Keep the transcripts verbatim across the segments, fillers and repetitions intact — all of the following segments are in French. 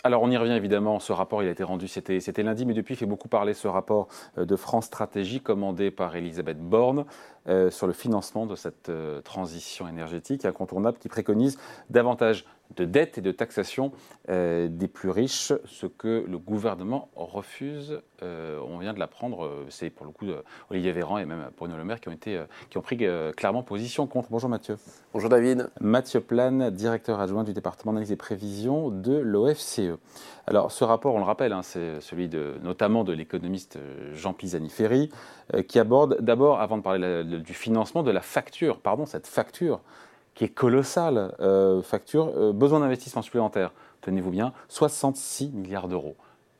Alors on y revient évidemment, ce rapport il a été rendu, c'était, c'était lundi, mais depuis il fait beaucoup parler ce rapport de France Stratégie commandé par Elisabeth Borne euh, sur le financement de cette euh, transition énergétique incontournable qui préconise davantage de dettes et de taxation euh, des plus riches, ce que le gouvernement refuse. Euh, on vient de l'apprendre, c'est pour le coup euh, Olivier Véran et même Bruno Le Maire qui ont, été, euh, qui ont pris euh, clairement position contre. Bonjour Mathieu. Bonjour David. Mathieu Plane, directeur adjoint du département d'analyse et prévision de l'O F C E. Alors ce rapport, on le rappelle, hein, c'est celui de, notamment de l'économiste Jean Pisani-Ferry, euh, qui aborde d'abord, avant de parler la, de, du financement, de la facture, pardon, cette facture qui est colossale, euh, facture, euh, besoin d'investissement supplémentaire, tenez-vous bien, soixante-six milliards d'euros.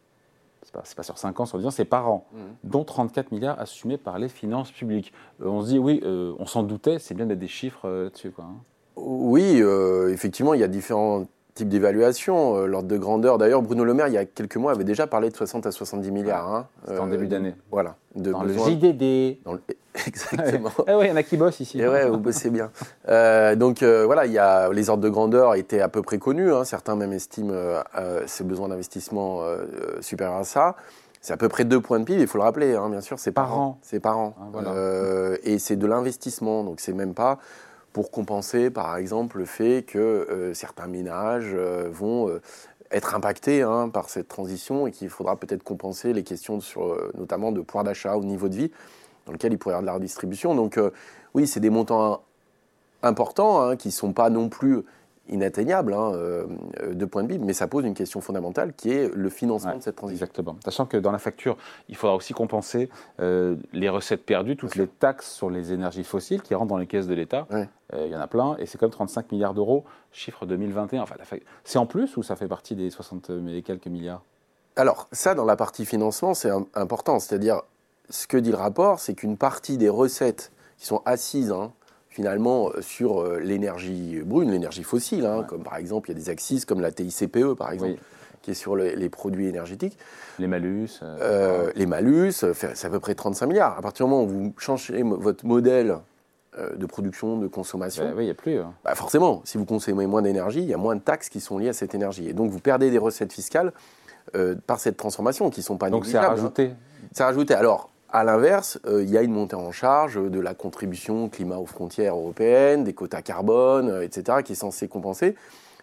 Ce n'est pas, c'est pas sur cinq ans, sur dix ans, c'est par an, mmh. dont trente-quatre milliards assumés par les finances publiques. Euh, on se dit, oui, euh, on s'en doutait, c'est bien d'être des chiffres euh, là-dessus, quoi. Hein. Oui, euh, effectivement, il y a différents types d'évaluations. Euh, l'ordre de grandeur, d'ailleurs, Bruno Le Maire, il y a quelques mois, avait déjà parlé de soixante à soixante-dix milliards. Ouais. Hein, C'était euh, en début d'année. Voilà. De Dans besoin... le J D D. Dans le... Exactement. Ah oui, il y en a qui bossent ici. Et ouais, vous bossez bien. Euh, donc euh, voilà, il y a, les ordres de grandeur étaient à peu près connus. Hein, certains même estiment euh, euh, ces besoins d'investissement euh, supérieurs à ça. C'est à peu près deux points de P I B, il faut le rappeler, hein, bien sûr, c'est par, par an. C'est par an. Ah, voilà. euh, et c'est de l'investissement, donc c'est même pas pour compenser, par exemple, le fait que euh, certains ménages euh, vont euh, être impactés hein, par cette transition et qu'il faudra peut-être compenser les questions sur, euh, notamment de pouvoir d'achat au niveau de vie, dans lequel il pourrait y avoir de la redistribution. Donc euh, oui, c'est des montants importants hein, qui ne sont pas non plus inatteignable hein, euh, de point de vue, mais ça pose une question fondamentale qui est le financement ouais, de cette transition. Exactement. Sachant que dans la facture, il faudra aussi compenser euh, les recettes perdues, toutes les taxes sur les énergies fossiles qui rentrent dans les caisses de l'État. Ouais. Euh, il y en a plein, et c'est comme trente-cinq milliards d'euros, chiffre deux mille vingt et un. Enfin, la fa... C'est en plus ou ça fait partie des soixante et quelques milliards ? Alors, ça, dans la partie financement, c'est un, important. C'est-à-dire, ce que dit le rapport, c'est qu'une partie des recettes qui sont assises hein, finalement sur euh, l'énergie brune, l'énergie fossile, hein, ouais. comme par exemple, il y a des axes comme la T I C P E, par exemple, oui. qui est sur le, les produits énergétiques. Les malus. Euh, euh, les malus, c'est à peu près trente-cinq milliards. À partir du moment où vous changez votre modèle euh, de production, de consommation, ben, oui, il n'y a plus. Hein. Bah forcément, si vous consommez moins d'énergie, il y a moins de taxes qui sont liées à cette énergie. Et donc, vous perdez des recettes fiscales euh, par cette transformation qui ne sont pas donc négligeables. Donc, c'est à rajouter. Hein. C'est à rajouter. Alors, à l'inverse, il euh, y a une montée en charge de la contribution climat aux frontières européennes, des quotas carbone, euh, et cetera, qui est censée compenser.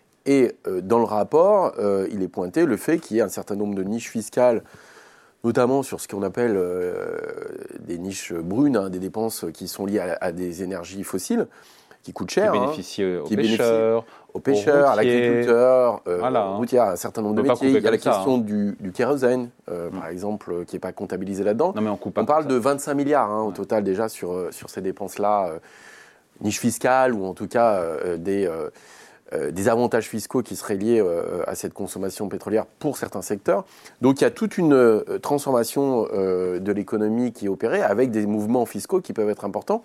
Et euh, dans le rapport, euh, il est pointé le fait qu'il y ait un certain nombre de niches fiscales, notamment sur ce qu'on appelle euh, des niches brunes, hein, des dépenses qui sont liées à, à des énergies fossiles, qui coûtent cher. Qui bénéficient hein, aux qui pêcheurs, aux pêcheurs, à l'agriculteur, euh, voilà, hein. routier, un certain nombre de métiers. Il y a la ça, question hein. du, du kérosène, euh, mmh. par exemple, euh, qui n'est pas comptabilisé là-dedans. Non, mais on coupe pas on parle ça. de vingt-cinq milliards hein, ouais. au total déjà sur, euh, sur ces dépenses-là, euh, niches fiscales ou en tout cas euh, des, euh, euh, des avantages fiscaux qui seraient liés euh, à cette consommation pétrolière pour certains secteurs. Donc il y a toute une euh, transformation euh, de l'économie qui est opérée avec des mouvements fiscaux qui peuvent être importants.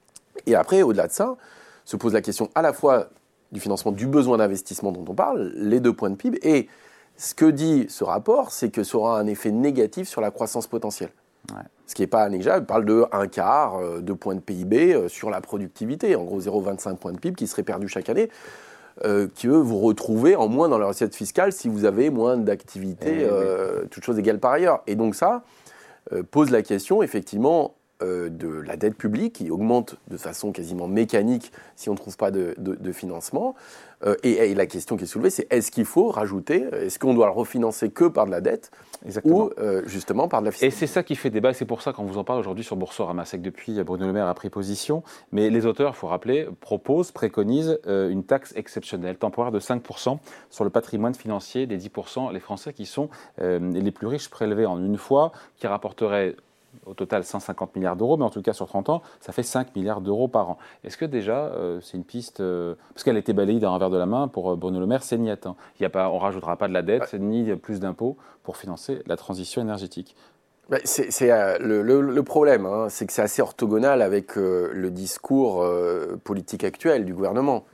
Et après, au-delà de ça, se pose la question à la fois du financement du besoin d'investissement dont on parle, les deux points de P I B, et ce que dit ce rapport, c'est que ça aura un effet négatif sur la croissance potentielle. Ouais. Ce qui n'est pas négligeable, il parle de un quart de points de P I B sur la productivité, en gros zéro virgule vingt-cinq points de P I B qui seraient perdus chaque année, euh, que vous retrouvez en moins dans la recette fiscale si vous avez moins d'activités, euh, oui. toutes choses égales par ailleurs. Et donc ça euh, pose la question, effectivement, de la dette publique qui augmente de façon quasiment mécanique si on ne trouve pas de, de, de financement. Euh, et, et la question qui est soulevée, c'est est-ce qu'il faut rajouter, est-ce qu'on doit le refinancer que par de la dette Exactement. ou euh, justement par de la fiscalité ? Et c'est ça qui fait débat, c'est pour ça qu'on vous en parle aujourd'hui sur Boursorama. C'est que depuis, Bruno Le Maire a pris position, mais les auteurs, il faut rappeler, proposent, préconisent euh, une taxe exceptionnelle, temporaire de cinq pour cent sur le patrimoine financier des dix pour cent, les Français qui sont euh, les plus riches prélevés en une fois, qui rapporteraient au total cent cinquante milliards d'euros, mais en tout cas sur trente ans, ça fait cinq milliards d'euros par an. Est-ce que déjà, euh, c'est une piste, euh, parce qu'elle a été balayée d'un revers de la main pour euh, Bruno Le Maire, c'est niette. Hein. Il y a pas, on ne rajoutera pas de la dette, ouais. ni plus d'impôts pour financer la transition énergétique. Bah, c'est, c'est, euh, le, le, le problème, hein, c'est que c'est assez orthogonal avec euh, le discours euh, politique actuel du gouvernement.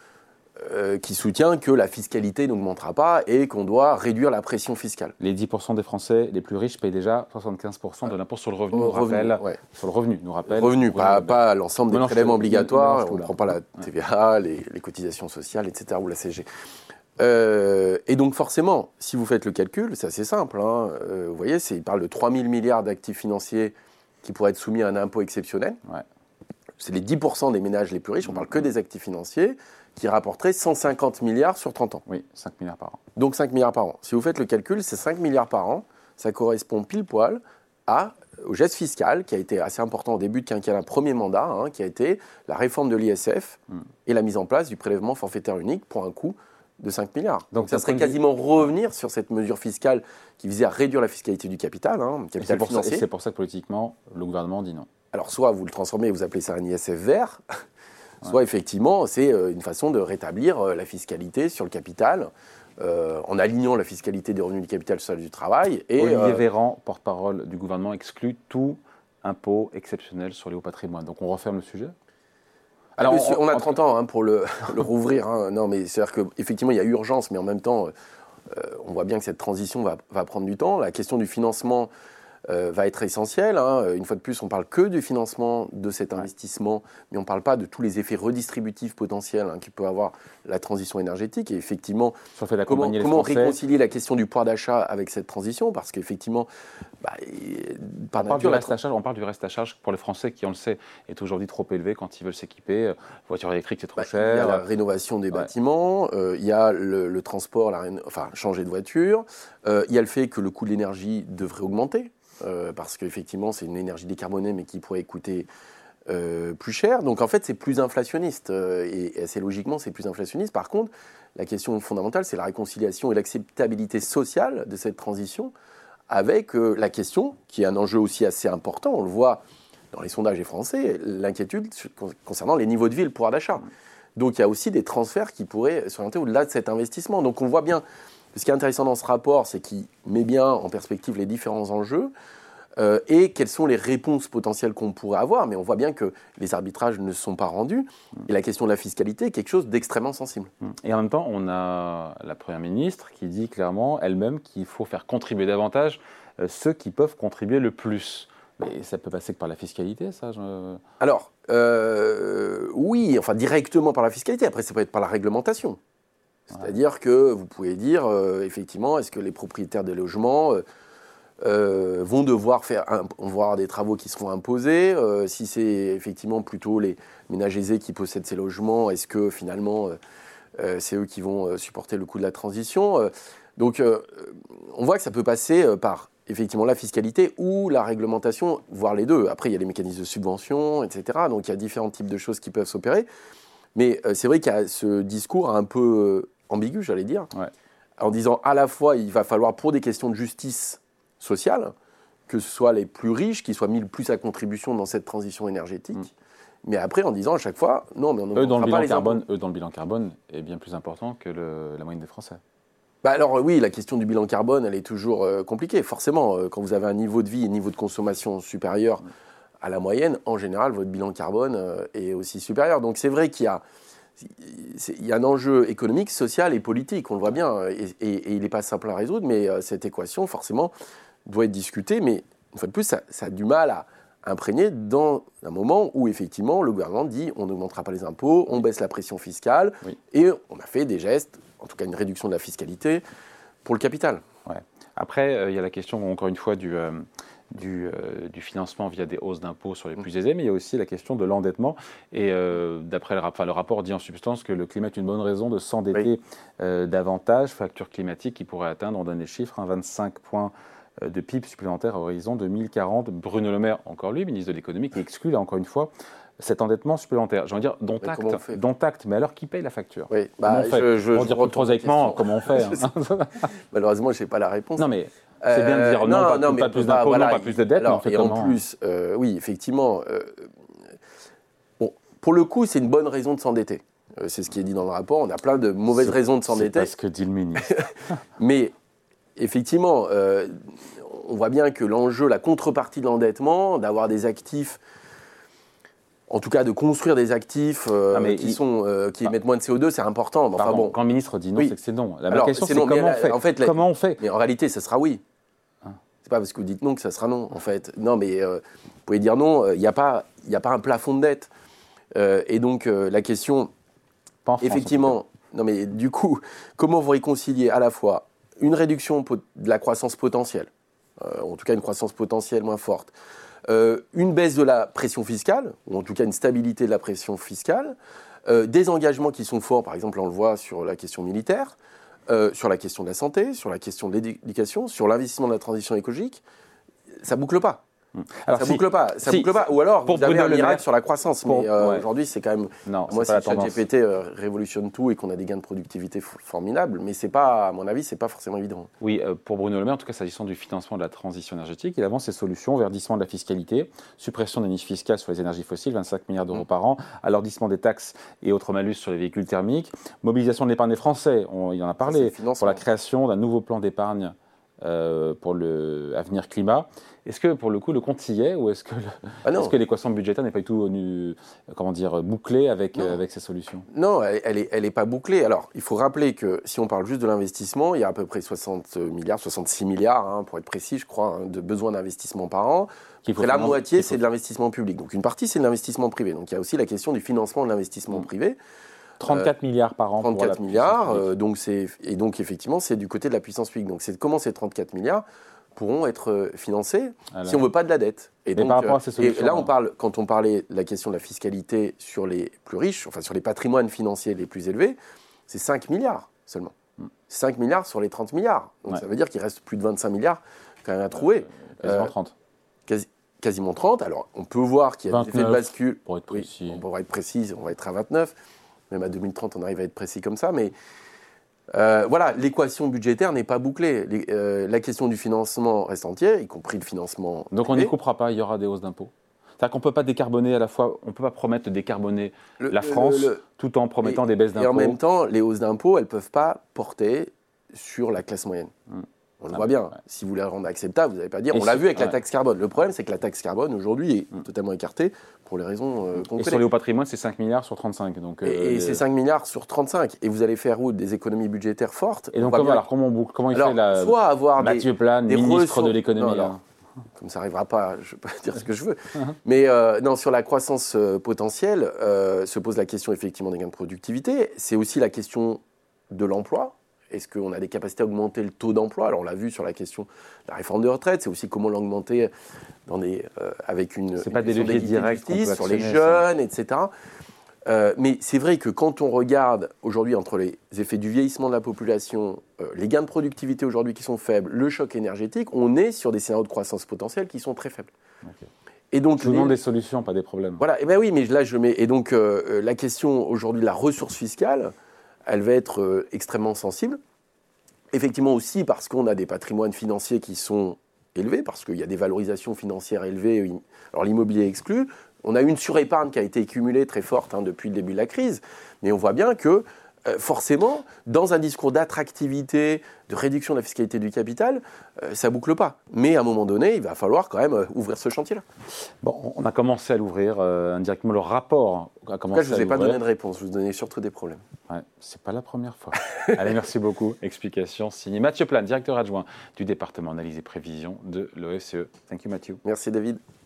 Euh, qui soutient que la fiscalité n'augmentera pas et qu'on doit réduire la pression fiscale. Les dix pour cent des Français les plus riches payent déjà soixante-quinze pour cent de l'impôt sur le revenu, nous revenu, rappelle. Ouais. Sur le revenu, nous rappelle. Revenu, pas, pas l'ensemble des non, prélèvements non, obligatoires, on ne tout, prend pas la T V A, ouais. les, les cotisations sociales, et cetera, ou la C G. Euh, et donc forcément, si vous faites le calcul, c'est assez simple. Hein, euh, vous voyez, c'est, il parle de trois mille milliards d'actifs financiers qui pourraient être soumis à un impôt exceptionnel. Ouais. C'est les dix pour cent des ménages les plus riches, on parle que des actifs financiers, qui rapporteraient cent cinquante milliards sur trente ans. Oui, cinq milliards par an. Donc cinq milliards par an. Si vous faites le calcul, c'est cinq milliards par an. Ça correspond pile poil à, au geste fiscal qui a été assez important au début de quinquennat, premier mandat, hein, qui a été la réforme de l'I S F mm. et la mise en place du prélèvement forfaitaire unique pour un coût de cinq milliards. Donc, Donc ça serait quasiment vue... revenir sur cette mesure fiscale qui visait à réduire la fiscalité du capital, hein, capital et c'est pour financier. Ça, et c'est pour ça que politiquement, le gouvernement dit non. Alors soit vous le transformez et vous appelez ça un I S F vert, soit ouais. effectivement c'est une façon de rétablir la fiscalité sur le capital, euh, en alignant la fiscalité des revenus du capital sur celle du travail. Et, Olivier euh, Véran, porte-parole du gouvernement, exclut tout impôt exceptionnel sur les hauts patrimoines. Donc on referme le sujet ? Alors, on, on a trente ans hein, pour le, le rouvrir. Hein. Non, mais c'est-à-dire qu'effectivement, il y a urgence, mais en même temps, euh, on voit bien que cette transition va, va prendre du temps. La question du financement euh, va être essentielle. Hein. Une fois de plus, on ne parle que du financement de cet investissement, mais on ne parle pas de tous les effets redistributifs potentiels hein, qui peut avoir la transition énergétique. Et effectivement, comment, comment réconcilier la question du pouvoir d'achat avec cette transition ? Parce qu'effectivement, bah, par on, nature, parle du reste à charge, on parle du reste à charge pour les Français qui, on le sait, est aujourd'hui trop élevé quand ils veulent s'équiper. Voiture électrique, c'est trop bah, cher. Il y a la rénovation des ouais. bâtiments, euh, il y a le, le transport, la réno... enfin, changer de voiture. Euh, il y a le fait que le coût de l'énergie devrait augmenter. Euh, parce qu'effectivement, c'est une énergie décarbonée, mais qui pourrait coûter euh, plus cher. Donc, en fait, c'est plus inflationniste. Euh, et, et assez logiquement, c'est plus inflationniste. Par contre, la question fondamentale, c'est la réconciliation et l'acceptabilité sociale de cette transition avec euh, la question, qui est un enjeu aussi assez important, on le voit dans les sondages français, l'inquiétude concernant les niveaux de vie et le pouvoir d'achat. Donc, il y a aussi des transferts qui pourraient s'orienter au-delà de cet investissement. Donc, on voit bien... Ce qui est intéressant dans ce rapport, c'est qu'il met bien en perspective les différents enjeux euh, et quelles sont les réponses potentielles qu'on pourrait avoir. Mais on voit bien que les arbitrages ne sont pas rendus. Et la question de la fiscalité est quelque chose d'extrêmement sensible. Et en même temps, on a la Première ministre qui dit clairement elle-même qu'il faut faire contribuer davantage euh, ceux qui peuvent contribuer le plus. Mais ça peut passer que par la fiscalité, ça je... Alors, euh, oui, enfin directement par la fiscalité. Après, ça peut être par la réglementation. C'est-à-dire que vous pouvez dire, euh, effectivement, est-ce que les propriétaires des logements euh, euh, vont devoir faire un, voir des travaux qui seront imposés euh, si c'est effectivement plutôt les ménages aisés qui possèdent ces logements, est-ce que finalement euh, euh, c'est eux qui vont euh, supporter le coût de la transition euh, Donc, euh, on voit que ça peut passer euh, par effectivement la fiscalité ou la réglementation, voire les deux. Après, il y a les mécanismes de subvention, et cetera. Donc, il y a différents types de choses qui peuvent s'opérer. Mais euh, c'est vrai qu'il y a ce discours un peu... Euh, ambigu, j'allais dire, ouais. en disant à la fois il va falloir pour des questions de justice sociale que ce soit les plus riches qui soient mis le plus à contribution dans cette transition énergétique, mmh. mais après en disant à chaque fois non mais on ne eux, pas les carbone, eux dans le bilan carbone est bien plus important que le, la moyenne des Français. Bah alors oui, la question du bilan carbone elle est toujours euh, compliquée. Forcément, euh, quand vous avez un niveau de vie et un niveau de consommation supérieur mmh. à la moyenne, en général votre bilan carbone euh, est aussi supérieur. Donc c'est vrai qu'il y a Il y a un enjeu économique, social et politique, on le voit bien, et, et, et il n'est pas simple à résoudre, mais euh, cette équation, forcément, doit être discutée, mais une fois de plus, ça, ça a du mal à imprégner dans un moment où, effectivement, le gouvernement dit on n'augmentera pas les impôts, on baisse la pression fiscale, oui. et on a fait des gestes, en tout cas une réduction de la fiscalité, pour le capital. Ouais. Après, il euh, y a la question, encore une fois, du... Euh Du, euh, du financement via des hausses d'impôts sur les plus aisés, mais il y a aussi la question de l'endettement. Et euh, d'après le, enfin, le rapport dit en substance que le climat est une bonne raison de s'endetter oui. euh, davantage, facture climatique qui pourrait atteindre, on donne les chiffres, hein, vingt-cinq points de P I B supplémentaires à horizon deux mille quarante. Bruno Le Maire, encore lui, ministre de l'économie, qui exclut là encore une fois cet endettement supplémentaire. J'ai envie de dire, dont acte, dont acte, mais alors qui paye la facture ? Oui, bah, on fait je, je, Pour je dire plus prosaïquement, comment on fait hein. Malheureusement, je n'ai pas la réponse. Non, mais c'est bien de dire euh, non, non, pas, non, pas plus bah, d'impôts, voilà, non, pas plus de dettes. Alors, mais on fait et comment, en plus, euh, oui, effectivement, euh, bon, pour le coup, c'est une bonne raison de s'endetter. Euh, c'est ce qui est dit dans le rapport. On a plein de mauvaises c'est, raisons de s'endetter. C'est ce que dit le ministre. Mais effectivement, euh, on voit bien que l'enjeu, la contrepartie de l'endettement, d'avoir des actifs, en tout cas de construire des actifs euh, ah, qui, il... sont, euh, qui ah. émettent moins de C O deux, c'est important. Enfin, Pardon, bon. Quand le ministre dit non, oui. c'est que c'est non. La Alors, question, c'est, c'est non, comment, la, on fait. En fait, la, comment on fait Mais en réalité, ça sera oui. Ah. C'est pas parce que vous dites non que ça sera non, en fait. Non, mais euh, vous pouvez dire non, il n'y a, a pas un plafond de dette. Euh, et donc, euh, la question, pas en France, effectivement... non mais du coup, comment vous réconciliez à la fois une réduction de la croissance potentielle, euh, en tout cas une croissance potentielle moins forte, euh, une baisse de la pression fiscale, ou en tout cas une stabilité de la pression fiscale, euh, des engagements qui sont forts, par exemple on le voit sur la question militaire, euh, sur la question de la santé, sur la question de l'éducation, sur l'investissement de la transition écologique, ça boucle pas. Alors, ça ne si, boucle pas, ça si, boucle pas. Ou alors, vous avez un miracle sur la croissance. Pour, mais euh, ouais. aujourd'hui, c'est quand même... Non, moi, si ChatGPT euh, révolutionne tout et qu'on a des gains de productivité formidables, mais c'est pas, à mon avis, c'est pas forcément évident. Oui, euh, pour Bruno Le Maire, en tout cas, s'agissant du financement de la transition énergétique, il avance ses solutions, verdissement de la fiscalité, suppression des niches fiscales sur les énergies fossiles, vingt-cinq milliards d'euros mmh. par an, alourdissement des taxes et autres malus sur les véhicules thermiques, mobilisation de l'épargne des Français, on, il en a parlé, ça, pour la création d'un nouveau plan d'épargne euh, pour l'avenir climat. Est-ce que, pour le coup, le compte y est ou est-ce que, ah est-ce que l'équation budgétaire n'est pas du tout nu, comment dire, bouclée avec, euh, avec ces solutions? Non, elle n'est elle est pas bouclée. Alors, il faut rappeler que si on parle juste de l'investissement, il y a à peu près soixante milliards, soixante-six milliards, hein, pour être précis, je crois, hein, de besoins d'investissement par an. Après, la moitié, c'est de l'investissement public. Donc, une partie, c'est de l'investissement privé. Donc, il y a aussi la question du financement de l'investissement mmh. privé. trente-quatre euh, milliards par an. trente-quatre milliards. Euh, donc c'est, et donc, effectivement, c'est du côté de la puissance publique. Donc, c'est comment ces trente-quatre milliards pourront être financés alors, si on ne veut pas de la dette. Et, donc, par rapport à ces solutions, et là, on parle, quand on parlait de la question de la fiscalité sur les plus riches, enfin sur les patrimoines financiers les plus élevés, c'est cinq milliards seulement. Mm. cinq milliards sur les trente milliards. Donc ouais. ça veut dire qu'il reste plus de vingt-cinq milliards quand même à trouver. Euh, quasiment euh, trente. Quasi, quasiment trente. Alors, on peut voir qu'il y a des effets de bascule. Pour être précis. Oui, on pourra être précis, on va être à vingt-neuf. Même à deux mille trente, on arrive à être précis comme ça. Mais Euh, voilà, l'équation budgétaire n'est pas bouclée. Les, euh, la question du financement reste entière, y compris le financement. Donc on n'y coupera pas, il y aura des hausses d'impôts. C'est-à-dire qu'on ne peut pas décarboner à la fois, on ne peut pas promettre de décarboner le, la France le, le, tout en promettant et, des baisses d'impôts. Et en même temps, les hausses d'impôts, elles ne peuvent pas porter sur la classe moyenne. Hum. On le ah voit bien. Ouais. Si vous la rendez acceptable, vous n'allez pas dire. Et on l'a vu avec ouais. la taxe carbone. Le problème, c'est que la taxe carbone, aujourd'hui, est mmh. totalement écartée pour les raisons euh, qu'on Et sur les hauts patrimoines, c'est cinq milliards sur trente-cinq. Donc, euh, et et les... c'est cinq milliards sur trente-cinq. Et vous allez faire où des économies budgétaires fortes. Et donc, comment, alors, comment, on, comment il alors, fait la, soit avoir Mathieu des, Plane, des ministre ressources... de l'économie non, non. Comme ça n'arrivera pas, je ne vais pas dire ce que je veux. Mais euh, non, sur la croissance euh, potentielle, euh, se pose la question effectivement des gains de productivité. C'est aussi la question de l'emploi. Est-ce qu'on a des capacités à augmenter le taux d'emploi? Alors, on l'a vu sur la question de la réforme de retraite. C'est aussi comment l'augmenter dans des, euh, avec une... C'est pas des leviers directs sur les jeunes, ça. et cetera. Euh, mais c'est vrai que quand on regarde aujourd'hui entre les effets du vieillissement de la population, euh, les gains de productivité aujourd'hui qui sont faibles, le choc énergétique, on est sur des scénarios de croissance potentielle qui sont très faibles. Okay. Et donc, je vous demande des solutions, pas des problèmes. Voilà, et ben oui, mais là je mets... Et donc, euh, la question aujourd'hui de la ressource fiscale, elle va être euh, extrêmement sensible. Effectivement aussi parce qu'on a des patrimoines financiers qui sont élevés, parce qu'il y a des valorisations financières élevées, alors l'immobilier exclu. On a une surépargne qui a été accumulée très forte hein, depuis le début de la crise, mais on voit bien que euh, forcément, dans un discours d'attractivité, de réduction de la fiscalité du capital, euh, ça ne boucle pas. Mais à un moment donné, il va falloir quand même euh, ouvrir ce chantier-là. Bon, on a commencé à l'ouvrir euh, indirectement, le rapport a commencé à l'ouvrir. Je ne vous ai pas donné de réponse, je vous donnais surtout des problèmes. Ouais, c'est pas la première fois. Allez, merci beaucoup. Explication signée Mathieu Plane, directeur adjoint du département analyse et prévision de l'O F C E. Thank you, Mathieu. Merci, David.